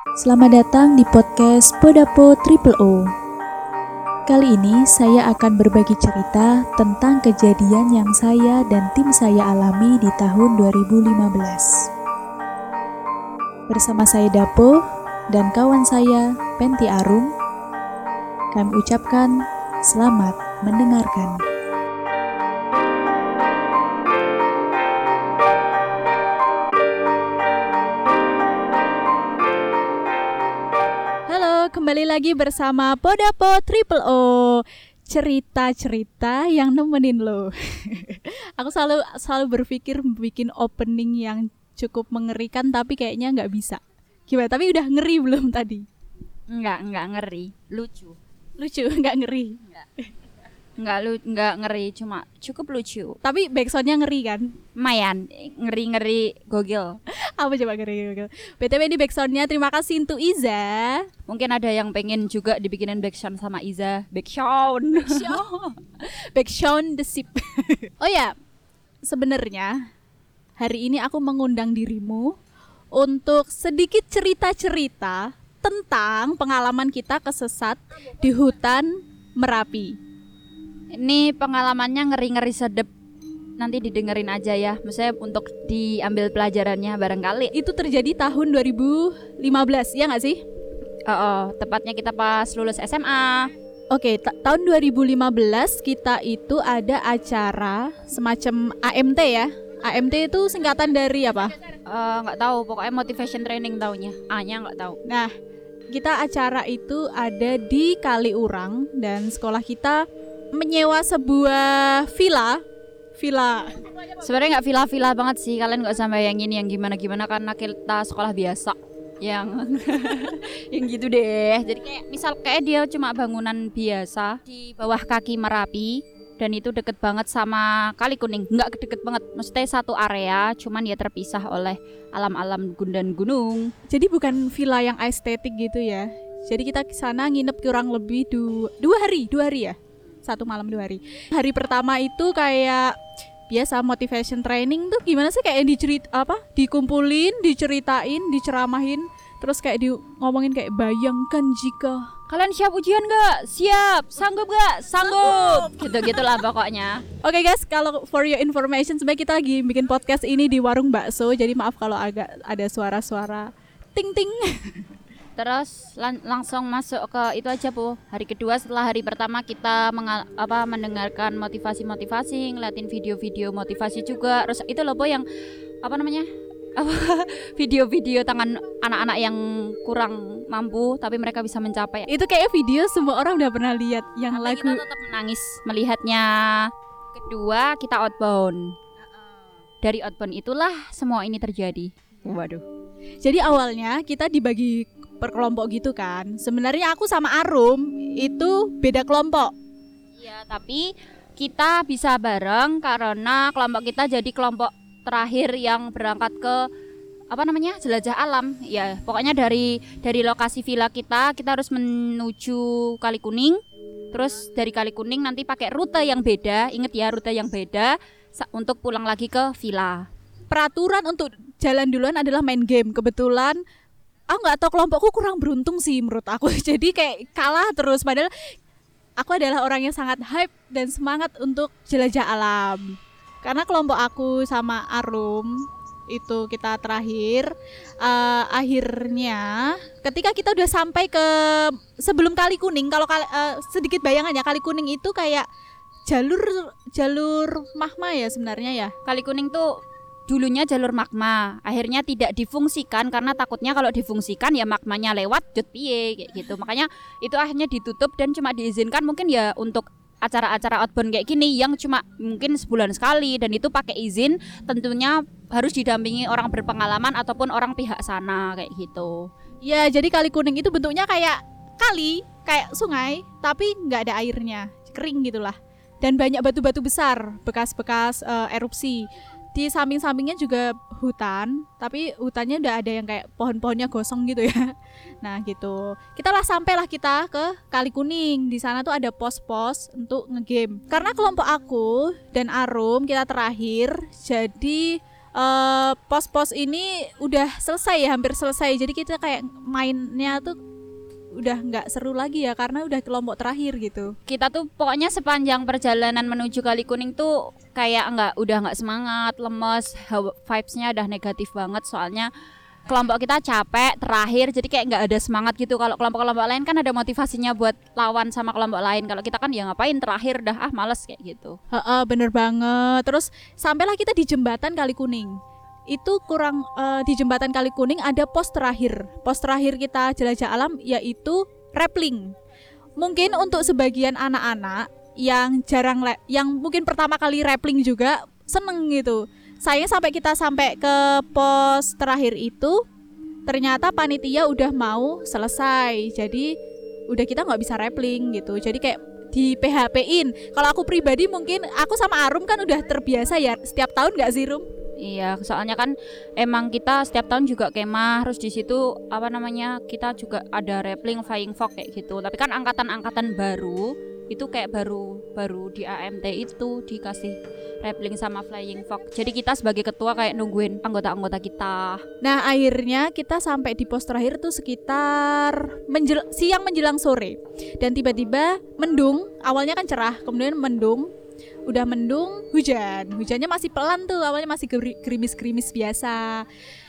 Selamat datang di podcast Podapo Triple O. Kali ini saya akan berbagi cerita tentang kejadian yang saya dan tim saya alami di tahun 2015. Bersama saya Dapo dan kawan saya Penti Arum, kami ucapkan selamat mendengarkan. Kembali lagi bersama Podapo Triple O, cerita-cerita yang nemenin lo. Aku selalu berpikir bikin opening yang cukup mengerikan, tapi kayaknya nggak bisa. Gimana? Tapi udah ngeri belum tadi? Enggak ngeri, lucu, nggak ngeri. Enggak ngeri, cuma cukup lucu. Tapi backsoundnya ngeri kan? Lumayan, ngeri gogil. Apa coba ngeri? BTW di backsoundnya terima kasih untuk Iza. Mungkin ada yang pengen juga dibikinin backsound sama Iza. Backsound the sip. Oh ya, sebenarnya hari ini aku mengundang dirimu untuk sedikit cerita-cerita tentang pengalaman kita kesesat di hutan Merapi. Ini pengalamannya ngeri-ngeri sedep. Nanti didengerin aja ya. Maksudnya untuk diambil pelajarannya barangkali. Itu terjadi tahun 2015, ya nggak sih? Tepatnya kita pas lulus SMA. Oke, tahun 2015 kita itu ada acara semacam AMT ya. AMT itu singkatan dari apa? Nggak tahu, pokoknya motivation training taunya. A-nya nggak tahu. Nah, kita acara itu ada di Kaliurang dan sekolah kita menyewa sebuah villa. Sebenarnya nggak villa banget sih, kalian nggak usah bayangin yang gimana karena kita sekolah biasa yang yang gitu deh. Jadi kayak dia cuma bangunan biasa di bawah kaki Merapi dan itu deket banget sama Kali Kuning. Nggak deket banget, maksudnya satu area, cuman ya terpisah oleh alam-alam dan gunung. Jadi bukan villa yang estetik gitu ya. Jadi kita ke sana nginep kurang lebih dua hari ya. 1 malam 2 hari. Hari pertama itu kayak biasa motivation training tuh gimana sih, kayak dikumpulin, diceritain, diceramahin, terus kayak ngomongin kayak bayangkan jika kalian siap ujian gak? Siap. Sanggup gak? Sanggup. Gitu-gitulah pokoknya. Oke guys, kalau for your information sebenarnya kita lagi bikin podcast ini di warung bakso. Jadi maaf kalau agak ada suara-suara ting-ting. Terus langsung masuk ke itu aja Bu. Hari kedua setelah hari pertama kita mendengarkan motivasi, ngeliatin video-video motivasi juga. Terus itu loh Bu yang video-video tangan anak-anak yang kurang mampu tapi mereka bisa mencapai. Itu kayak video semua orang udah pernah lihat yang tapi lagu. Kita tetap menangis melihatnya. Kedua kita outbound. Dari outbound itulah semua ini terjadi. Waduh. Jadi awalnya kita dibagi per kelompok gitu kan. Sebenarnya aku sama Arum itu beda kelompok. Iya, tapi kita bisa bareng karena kelompok kita jadi kelompok terakhir yang berangkat ke jelajah alam. Ya, pokoknya dari lokasi villa kita harus menuju Kali Kuning. Terus dari Kali Kuning nanti pakai rute yang beda. Ingat ya, rute yang beda untuk pulang lagi ke villa. Peraturan untuk jalan duluan adalah main game. Kebetulan aku nggak tahu, kelompokku kurang beruntung sih menurut aku. Jadi kayak kalah terus. Padahal aku adalah orang yang sangat hype dan semangat untuk jelajah alam. Karena kelompok aku sama Arum itu kita terakhir. Akhirnya ketika kita udah sampai ke sebelum Kali Kuning, kalau sedikit bayangan ya, Kali Kuning itu kayak jalur magma ya sebenarnya ya. Kali Kuning tuh dulunya jalur magma, akhirnya tidak difungsikan karena takutnya kalau difungsikan ya magmanya lewat jut piye kayak gitu. Makanya itu akhirnya ditutup dan cuma diizinkan mungkin ya untuk acara-acara outbound kayak gini yang cuma mungkin sebulan sekali, dan itu pakai izin, tentunya harus didampingi orang berpengalaman ataupun orang pihak sana kayak gitu. Ya, jadi Kali Kuning itu bentuknya kayak kali, kayak sungai, tapi nggak ada airnya, kering gitulah. Dan banyak batu-batu besar, bekas-bekas erupsi. Di samping-sampingnya juga hutan, tapi hutannya udah ada yang kayak pohon-pohonnya gosong gitu ya. Nah gitu. Sampailah kita ke Kali Kuning. Di sana tuh ada pos-pos untuk ngegame. Karena kelompok aku dan Arum kita terakhir, jadi pos-pos ini udah selesai ya, hampir selesai. Jadi kita kayak mainnya tuh udah nggak seru lagi ya karena udah kelompok terakhir gitu. Kita tuh pokoknya sepanjang perjalanan menuju Kali Kuning tuh kayak udah nggak semangat, lemes, vibes-nya udah negatif banget soalnya kelompok kita capek terakhir, jadi kayak nggak ada semangat gitu. Kalau kelompok-kelompok lain kan ada motivasinya buat lawan sama kelompok lain. Kalau kita kan ya ngapain terakhir dah males kayak gitu. Bener banget. Terus sampailah kita di jembatan Kali Kuning. Itu kurang di jembatan Kali Kuning ada pos terakhir. Pos terakhir kita jelajah alam yaitu rappelling. Mungkin untuk sebagian anak-anak yang yang mungkin pertama kali rappelling juga seneng gitu. Sayang sampai kita sampai ke pos terakhir itu ternyata panitia udah mau selesai. Jadi udah kita nggak bisa rappelling gitu. Jadi kayak di PHP-in. Kalau aku pribadi mungkin aku sama Arum kan udah terbiasa ya setiap tahun nggak sih Rum? Iya, soalnya kan emang kita setiap tahun juga kemah, terus di situ kita juga ada rappelling, flying fox kayak gitu. Tapi kan angkatan-angkatan baru itu kayak baru di AMT itu dikasih rappelling sama flying fox. Jadi kita sebagai ketua kayak nungguin anggota-anggota kita. Nah akhirnya kita sampai di pos terakhir tuh sekitar siang menjelang sore. Dan tiba-tiba mendung, awalnya kan cerah, kemudian mendung. Udah mendung, hujannya masih pelan tuh, awalnya masih gerimis-gerimis biasa.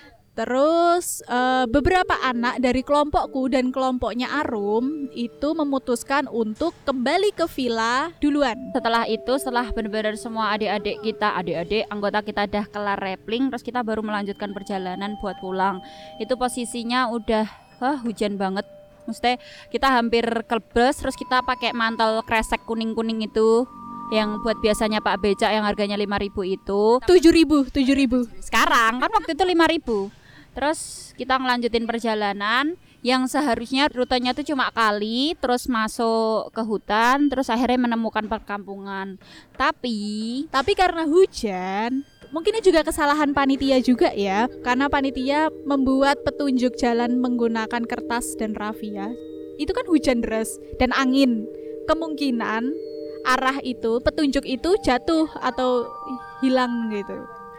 Terus beberapa anak dari kelompokku dan kelompoknya Arum itu memutuskan untuk kembali ke villa duluan. Setelah benar-benar semua adik anggota kita udah kelar rappelling, terus kita baru melanjutkan perjalanan buat pulang. Itu posisinya udah hujan banget. Maksudnya kita hampir kelbes, terus kita pakai mantel kresek kuning-kuning itu yang buat biasanya Pak Becak yang harganya 5.000 itu 7.000. Sekarang kan waktu itu 5.000. Terus kita ngelanjutin perjalanan yang seharusnya rutenya tuh cuma kali, terus masuk ke hutan, terus akhirnya menemukan perkampungan. Tapi karena hujan, mungkin ini juga kesalahan panitia juga ya, karena panitia membuat petunjuk jalan menggunakan kertas dan rafia. Itu kan hujan deras dan angin. Kemungkinan arah itu, petunjuk itu jatuh atau hilang gitu.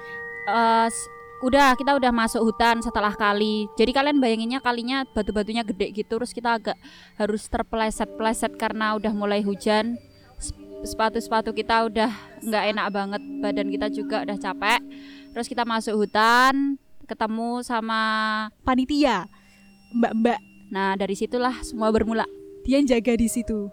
Kita udah masuk hutan setelah kali. Jadi kalian bayanginnya kalinya batu-batunya gede gitu, terus kita agak harus terpeleset karena udah mulai hujan. Sepatu kita udah nggak enak banget, badan kita juga udah capek. Terus kita masuk hutan, ketemu sama panitia, mbak-mbak. Nah dari situlah semua bermula. Dia yang jaga di situ.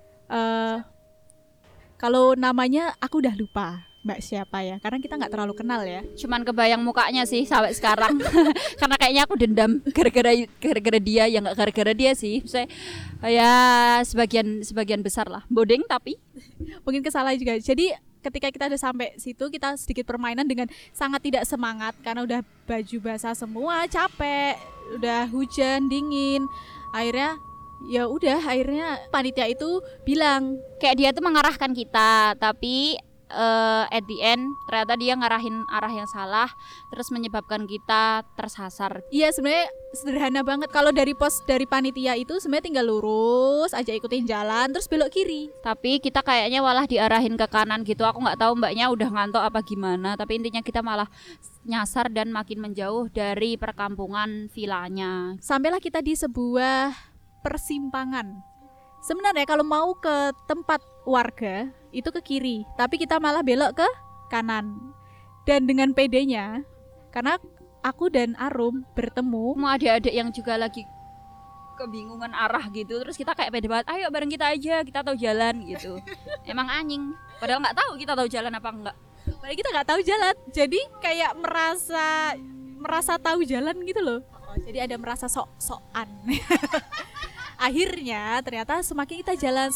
Kalau namanya aku udah lupa. Mbak siapa ya? Karena kita nggak terlalu kenal ya. Cuman kebayang mukanya sih sampai sekarang. Karena kayaknya aku dendam gara-gara dia, ya nggak gara-gara dia sih. Saya ya sebagian besar lah. Bodeng tapi mungkin kesalahan juga. Jadi ketika kita udah sampai situ, kita sedikit permainan dengan sangat tidak semangat karena udah baju basah semua, capek, udah hujan, dingin. Akhirnya panitia itu bilang kayak dia tuh mengarahkan kita, tapi at the end ternyata dia ngarahin arah yang salah, terus menyebabkan kita tersasar. Iya sebenarnya sederhana banget. Kalau dari pos dari panitia itu sebenarnya tinggal lurus aja, ikutin jalan terus belok kiri. Tapi kita kayaknya malah diarahin ke kanan gitu. Aku nggak tahu mbaknya udah ngantuk apa gimana, tapi intinya kita malah nyasar dan makin menjauh dari perkampungan vilanya. Sampailah kita di sebuah persimpangan. Sebenarnya kalau mau ke tempat warga itu ke kiri, tapi kita malah belok ke kanan. Dan dengan pedenya, karena aku dan Arum bertemu, mau adik-adik yang juga lagi kebingungan arah gitu, terus kita kayak pede banget, ayo bareng kita aja, kita tahu jalan gitu. Emang anjing, padahal nggak tahu kita tahu jalan apa enggak. Padahal kita nggak tahu jalan, jadi kayak merasa tahu jalan gitu loh. Jadi ada merasa sok-sokan. Akhirnya ternyata semakin kita jalan,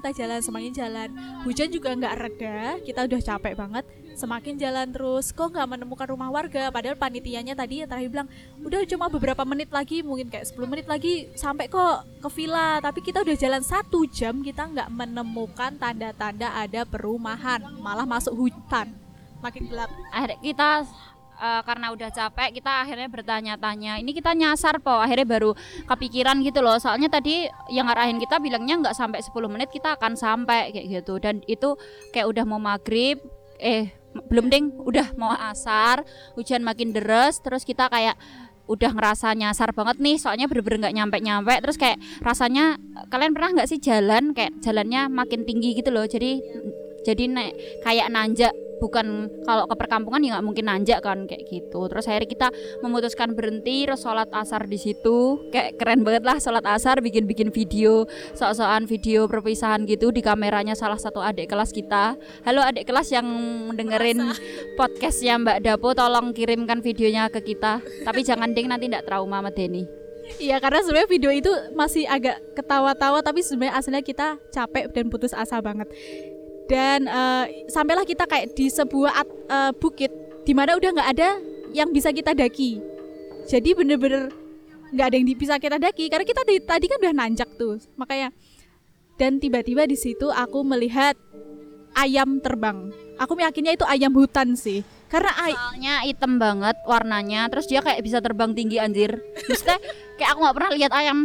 hujan juga nggak reda, kita udah capek banget, semakin jalan terus, kok nggak menemukan rumah warga. Padahal panitianya tadi terakhir bilang, udah cuma beberapa menit lagi, mungkin kayak 10 menit lagi sampai kok ke villa. Tapi kita udah jalan 1 jam, kita nggak menemukan tanda-tanda ada perumahan, malah masuk hutan, makin gelap. Akhirnya kita karena udah capek, kita akhirnya bertanya-tanya, ini kita nyasar po, akhirnya baru kepikiran gitu loh. Soalnya tadi yang ngarahin kita bilangnya nggak sampai 10 menit kita akan sampai kayak gitu, dan itu kayak udah mau maghrib. belum ding, udah mau asar, hujan makin deres, terus kita kayak udah ngerasa nyasar banget nih, soalnya bener-bener nggak nyampe terus kayak rasanya, kalian pernah nggak sih jalan kayak jalannya makin tinggi gitu loh, jadi kayak nanjak, bukan kalau ke perkampungan ya nggak mungkin nanjak kan kayak gitu. Terus akhirnya kita memutuskan berhenti, terus sholat asar di situ, kayak keren banget lah sholat asar, bikin video, sok-sokan video perpisahan gitu di kameranya salah satu adik kelas kita. Halo adik kelas yang dengerin podcastnya Mbak Dapo, tolong kirimkan videonya ke kita, tapi jangan ding, nanti nggak trauma sama Denny. Iya, karena sebenarnya video itu masih agak ketawa-tawa, tapi sebenarnya aslinya kita capek dan putus asa banget. Dan sampailah kita kayak di sebuah bukit di mana udah nggak ada yang bisa kita daki. Jadi bener-bener nggak ada yang bisa kita daki karena kita tadi kan udah nanjak tuh, makanya. Dan tiba-tiba di situ aku melihat ayam terbang. Aku yakinnya itu ayam hutan sih, karena soalnya hitam banget warnanya, terus dia kayak bisa terbang tinggi anjir. Maksudnya kayak aku nggak pernah lihat ayam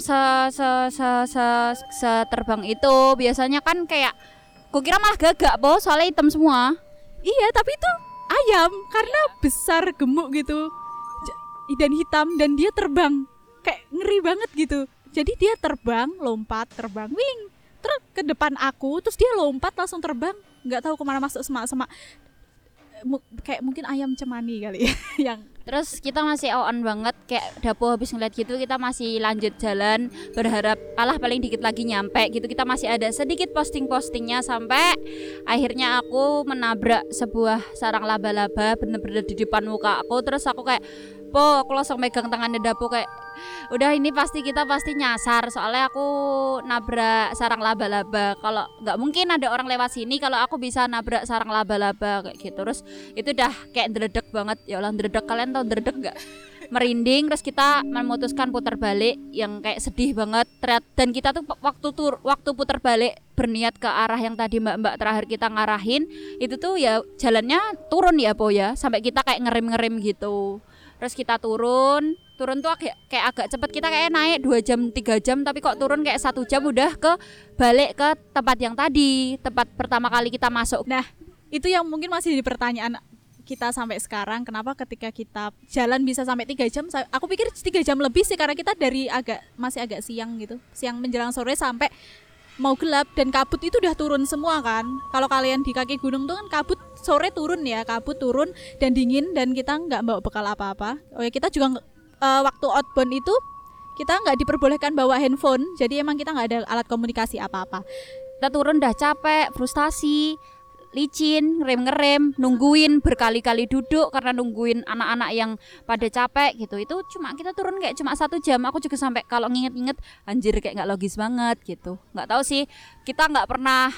terbang itu. Biasanya kan kayak kukira malah gagak po, soalnya hitam semua. Iya, tapi itu ayam karena besar, gemuk gitu dan hitam, dan dia terbang kayak ngeri banget gitu. Jadi dia terbang, lompat, terbang, wing, terus ke depan aku, terus dia lompat langsung terbang, nggak tahu kemana, masuk semak-semak. Kayak mungkin ayam cemani kali ya. Yang terus kita masih on banget, kayak Dapo habis ngeliat gitu kita masih lanjut jalan, berharap alah paling dikit lagi nyampe gitu. Kita masih ada sedikit posting-postingnya sampai akhirnya aku menabrak sebuah sarang laba-laba bener-bener di depan muka aku. Terus aku kayak aku langsung megang tangannya Dapo kayak udah ini kita pasti nyasar, soalnya aku nabrak sarang laba-laba. Kalau nggak mungkin ada orang lewat sini kalau aku bisa nabrak sarang laba-laba kayak gitu. Terus itu udah kayak dredeg banget, ya Allah dredeg, kalian tahu dredeg nggak? Merinding. Terus kita memutuskan putar balik yang kayak sedih banget. Dan kita tuh waktu putar balik berniat ke arah yang tadi mbak-mbak terakhir kita ngarahin itu tuh ya jalannya turun ya Po ya, sampai kita kayak ngerem gitu. Terus kita turun tuh kayak agak cepet, kita kayak naik 2 jam 3 jam, tapi kok turun kayak 1 jam udah balik ke tempat yang tadi, tempat pertama kali kita masuk. Nah itu yang mungkin masih jadi pertanyaan kita sampai sekarang, kenapa ketika kita jalan bisa sampai 3 jam. Aku pikir 3 jam lebih sih, karena kita dari masih agak siang gitu, siang menjelang sore sampai mau gelap, dan kabut itu udah turun semua kan. Kalau kalian di kaki gunung tuh kan kabut sore turun ya, kabut turun dan dingin, dan kita nggak bawa bekal apa-apa. Oh ya, kita juga waktu outbound itu kita nggak diperbolehkan bawa handphone, jadi emang kita nggak ada alat komunikasi apa-apa. Kita turun dah capek, frustasi, licin, ngerem, nungguin berkali-kali duduk karena nungguin anak-anak yang pada capek gitu. Itu kita turun kayak cuma 1 jam. Aku juga sampai kalau nginget-nginget anjir kayak nggak logis banget gitu. Nggak tahu sih, kita nggak pernah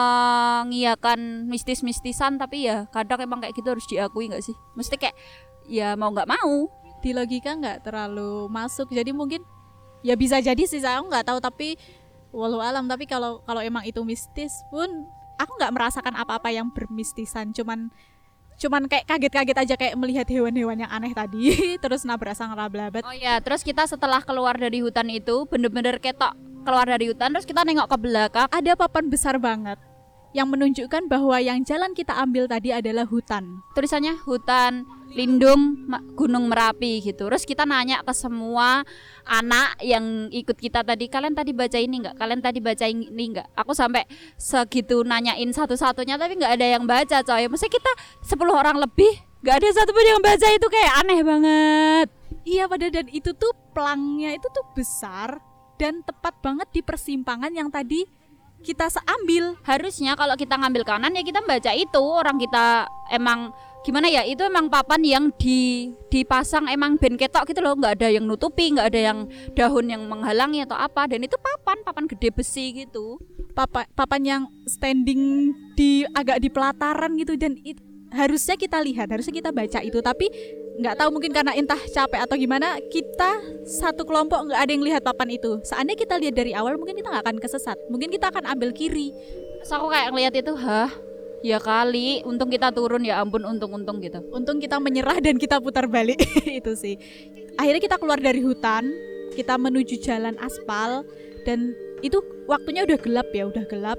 mengiyakan mistis-mistisan, tapi ya kadang emang kayak gitu harus diakui nggak sih? Mesti kayak ya mau nggak mau, di logika nggak terlalu masuk. Jadi mungkin ya bisa jadi sih, saya nggak tahu, tapi walau alam. Tapi kalau emang itu mistis pun aku nggak merasakan apa-apa yang bermistisan, cuman kayak kaget-kaget aja, kayak melihat hewan-hewan yang aneh tadi terus nabrak sang laba-laba. Oh ya, terus kita setelah keluar dari hutan itu bener-bener ketok keluar dari hutan, terus kita nengok ke belakang, ada papan besar banget yang menunjukkan bahwa yang jalan kita ambil tadi adalah hutan. Tulisannya hutan lindung Gunung Merapi gitu. Terus kita nanya ke semua anak yang ikut kita tadi, kalian tadi baca ini enggak? Kalian tadi baca ini enggak? Aku sampai segitu nanyain satu-satunya, tapi enggak ada yang baca coy. Maksudnya kita 10 orang lebih, enggak ada satu pun yang baca. Itu kayak aneh banget. Iya, padahal dan itu tuh pelangnya itu tuh besar dan tepat banget di persimpangan yang tadi kita seambil. Harusnya kalau kita ngambil kanan ya kita baca itu, orang kita emang gimana ya, itu emang papan yang dipasang emang ben ketok gitu loh, nggak ada yang nutupi, nggak ada yang daun yang menghalangi atau apa. Dan itu papan gede besi gitu, papan yang standing agak di pelataran gitu. Dan harusnya kita lihat, harusnya kita baca itu, tapi nggak tahu, mungkin karena entah capek atau gimana, kita satu kelompok nggak ada yang lihat papan itu. Seandainya kita lihat dari awal, mungkin kita nggak akan kesesat, mungkin kita akan ambil kiri. Terus aku kayak ngeliat itu, ya kali, untung kita turun, ya ampun, untung gitu. Untung kita menyerah dan kita putar balik. Itu sih. Akhirnya kita keluar dari hutan, kita menuju jalan aspal, dan itu waktunya udah gelap ya, udah gelap.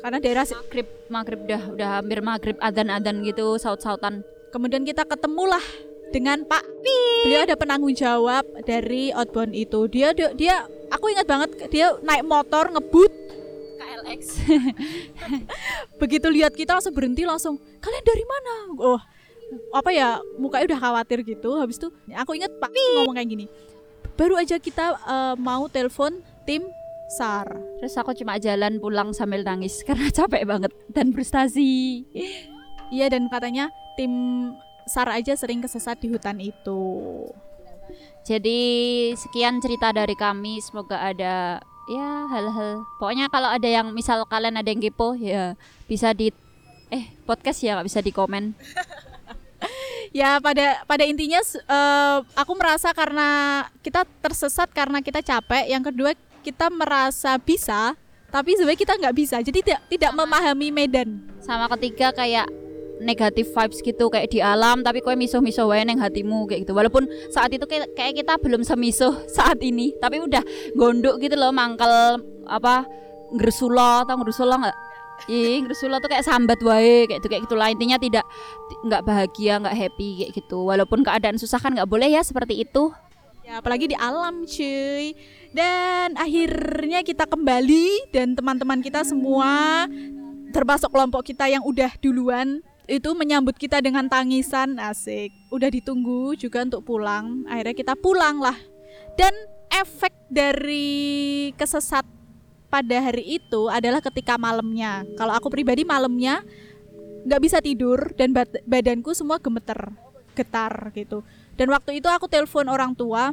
karena daerah maghrib udah hampir maghrib, adzan gitu, saut-sautan. kemudian kita ketemulah dengan Pak Pi. Beliau ada penanggung jawab dari outbound itu. Dia aku ingat banget dia naik motor ngebut KLX. begitu lihat kita langsung berhenti, langsung kalian dari mana? Oh apa ya, mukanya udah khawatir gitu. Habis itu aku ingat Pak Pi ngomong kayak gini, baru aja kita mau telepon tim SAR. Terus aku cuma jalan pulang sambil nangis karena capek banget dan frustasi. Iya, dan katanya tim SAR aja sering kesesat di hutan itu. Jadi sekian cerita dari kami, semoga ada ya hal-hal. Pokoknya kalau ada yang misal kalian ada yang kepo ya bisa di podcast ya, nggak bisa di komen. Ya pada intinya aku merasa karena kita tersesat karena kita capek. Yang kedua kita merasa bisa, tapi sebenarnya kita nggak bisa. Jadi tidak memahami medan. Sama ketiga kayak negatif vibes gitu kayak di alam, tapi kowe misuh-misuh wae nang hatimu kayak gitu. Walaupun saat itu kayak kita belum semisuh saat ini, tapi udah gondok gitu loh, mangkel apa ngresula atau ngresula enggak? Ngresula tuh kayak sambat wae kayak gitulah. Intinya nggak bahagia, nggak happy kayak gitu. Walaupun keadaan susah kan nggak boleh ya seperti itu. Ya apalagi di alam cuy. Dan akhirnya kita kembali dan teman-teman kita semua termasuk kelompok kita yang udah duluan itu menyambut kita dengan tangisan, asik. Udah ditunggu juga untuk pulang. Akhirnya kita pulang lah. Dan efek dari kesesat pada hari itu adalah ketika malamnya. Kalau aku pribadi malamnya nggak bisa tidur dan badanku semua getar gitu. Dan waktu itu aku telepon orang tua,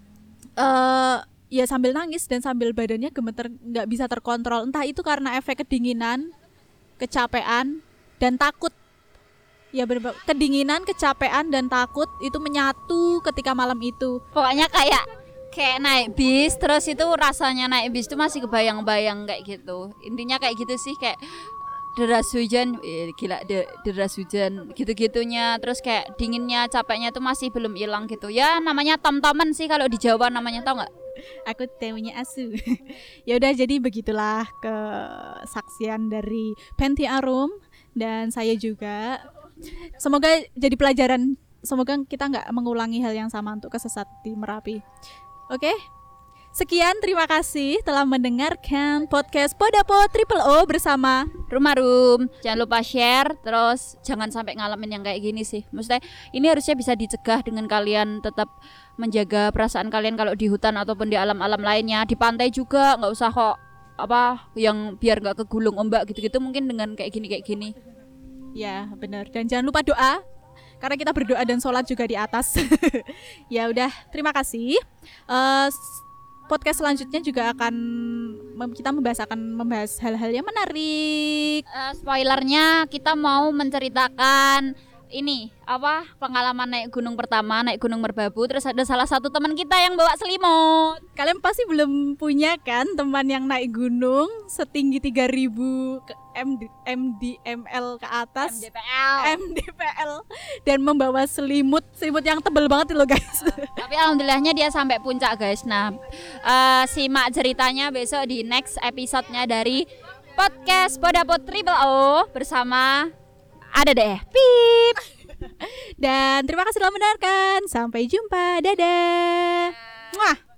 ya sambil nangis dan sambil badannya gemeter, nggak bisa terkontrol. Entah itu karena efek kedinginan, kecapean, dan takut. Ya kedinginan, kecapean, dan takut itu menyatu ketika malam itu. Pokoknya kayak naik bis, terus itu rasanya naik bis itu masih kebayang-bayang kayak gitu. Intinya kayak gitu sih, kayak deras hujan, deras hujan gitu-gitunya, terus kayak dinginnya, capeknya itu masih belum hilang gitu. Ya namanya tom-toman sih kalau di Jawa namanya, tau nggak? Aku taunya asu. Ya udah, jadi begitulah kesaksian dari Penti Arum dan saya juga. Semoga jadi pelajaran. Semoga kita nggak mengulangi hal yang sama untuk kesesat di Merapi. Oke? Sekian, terima kasih telah mendengarkan podcast Podapo Triple O bersama Rumah Room. Jangan lupa share, terus jangan sampai ngalamin yang kayak gini sih. Maksudnya ini harusnya bisa dicegah dengan kalian tetap menjaga perasaan kalian kalau di hutan ataupun di alam-alam lainnya. Di pantai juga nggak usah kok yang biar nggak kegulung ombak gitu-gitu, mungkin dengan kayak gini. Ya benar, dan jangan lupa doa karena kita berdoa dan sholat juga di atas. Ya udah, terima kasih. Podcast selanjutnya juga akan kita membahas hal-hal yang menarik. Spoilernya kita mau menceritakan ini pengalaman naik gunung pertama, naik gunung Merbabu. Terus ada salah satu teman kita yang bawa selimut. Kalian pasti belum punya kan teman yang naik gunung setinggi 3000 mdml ke atas, mdpl, dan membawa selimut yang tebal banget loh guys. Tapi alhamdulillahnya dia sampai puncak guys. Nah, simak ceritanya besok di next episode-nya dari podcast Podapo Triple O bersama ada deh Pip. Dan terima kasih telah mendengarkan. Sampai jumpa. Dadah. Muah.